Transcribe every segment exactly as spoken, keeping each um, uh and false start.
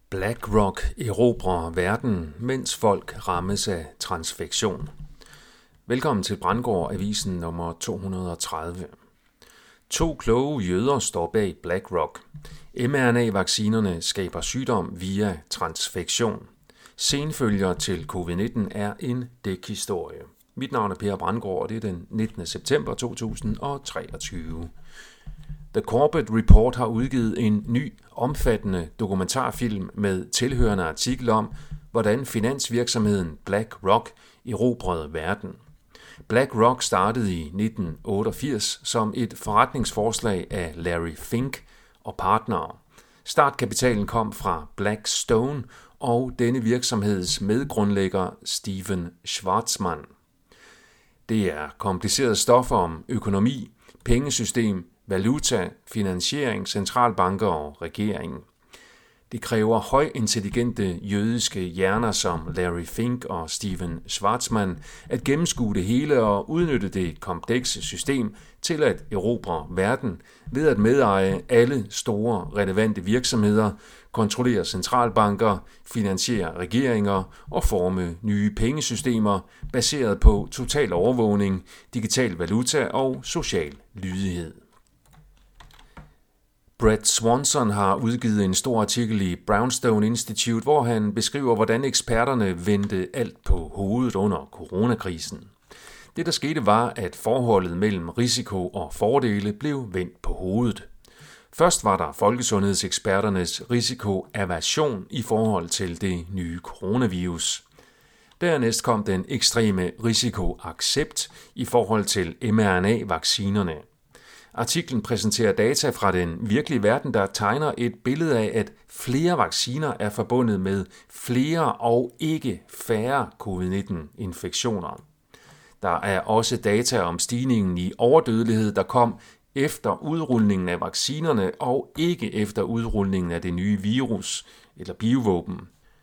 BlackRock erobrer verden, mens folk rammes af transfektion. Velkommen til Brandgård Avisen nummer to hundrede og tredive. To kloge jøder står bag BlackRock. M R N A-vaccinerne skaber sygdom via transfektion. Senfølger til covid nitten er en dækhistorie. Mit navn er Per Brandgård, og det er den nittende september to tusind og treogtyve. The Corbett Report har udgivet en ny, omfattende dokumentarfilm med tilhørende artikel om, hvordan finansvirksomheden BlackRock erobrede verden. BlackRock startede i nitten otteogfirs som et forretningsforslag af Larry Fink og partnere. Startkapitalen kom fra Blackstone og denne virksomheds medgrundlægger Stephen Schwarzman. Det er komplicerede stoffer om økonomi, pengesystem, valuta, finansiering, centralbanker og regering. Det kræver højintelligente jødiske hjerner som Larry Fink og Stephen Schwarzman at gennemskue det hele og udnytte det komplekse system til at erobre verden ved at medeje alle store relevante virksomheder, kontrollere centralbanker, finansiere regeringer og forme nye pengesystemer baseret på total overvågning, digital valuta og social lydighed. Brett Swanson har udgivet en stor artikel i Brownstone Institute, hvor han beskriver, hvordan eksperterne vendte alt på hovedet under coronakrisen. Det, der skete, var, at forholdet mellem risiko og fordele blev vendt på hovedet. Først var der folkesundhedseksperternes risikoaversion i forhold til det nye coronavirus. Dernæst kom den ekstreme risikoaccept i forhold til M R N A-vaccinerne. Artiklen præsenterer data fra den virkelige verden, der tegner et billede af, at flere vacciner er forbundet med flere og ikke færre covid nitten-infektioner. Der er også data om stigningen i overdødelighed, der kom efter udrulningen af vaccinerne og ikke efter udrulningen af det nye virus eller biovåben.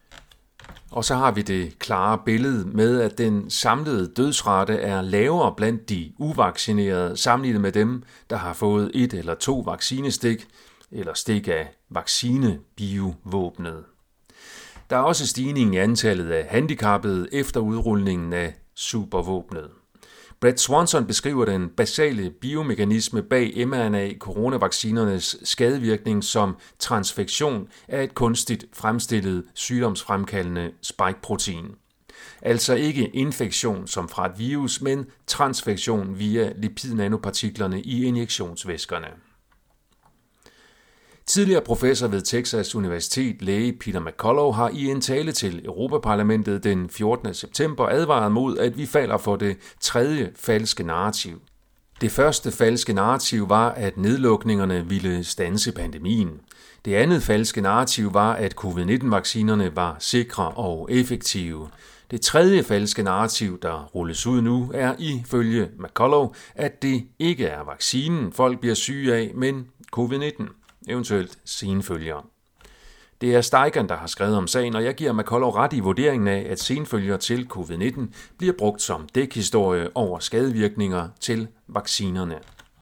Og så har vi det klare billede med, at den samlede dødsrate er lavere blandt de uvaccinerede, sammenlignet med dem, der har fået et eller to vaccinestik eller stik af vaccinebiovåbnet. Der er også stigning i antallet af handicappede efter udrulningen af supervåbnet. Brett Swanson beskriver den basale biomekanisme bag M R N A-coronavaccinernes skadevirkning som transfektion af et kunstigt fremstillet sygdomsfremkaldende spike-protein. Altså ikke infektion som fra et virus, men transfektion via lipidnanopartiklerne i injektionsvæskerne. Tidligere professor ved Texas Universitet, læge Peter McCullough, har i en tale til Europaparlamentet den fjortende september advaret mod, at vi falder for det tredje falske narrativ. Det første falske narrativ var, at nedlukningerne ville standse pandemien. Det andet falske narrativ var, at covid nitten-vaccinerne var sikre og effektive. Det tredje falske narrativ, der rulles ud nu, er ifølge McCullough, at det ikke er vaccinen, folk bliver syge af, men covid nitten. Eventuelt senfølger. Det er Steigen, der har skrevet om sagen, og jeg giver McCullough ret i vurderingen af, at senfølger til covid nitten bliver brugt som dækhistorie over skadevirkninger til vaccinerne.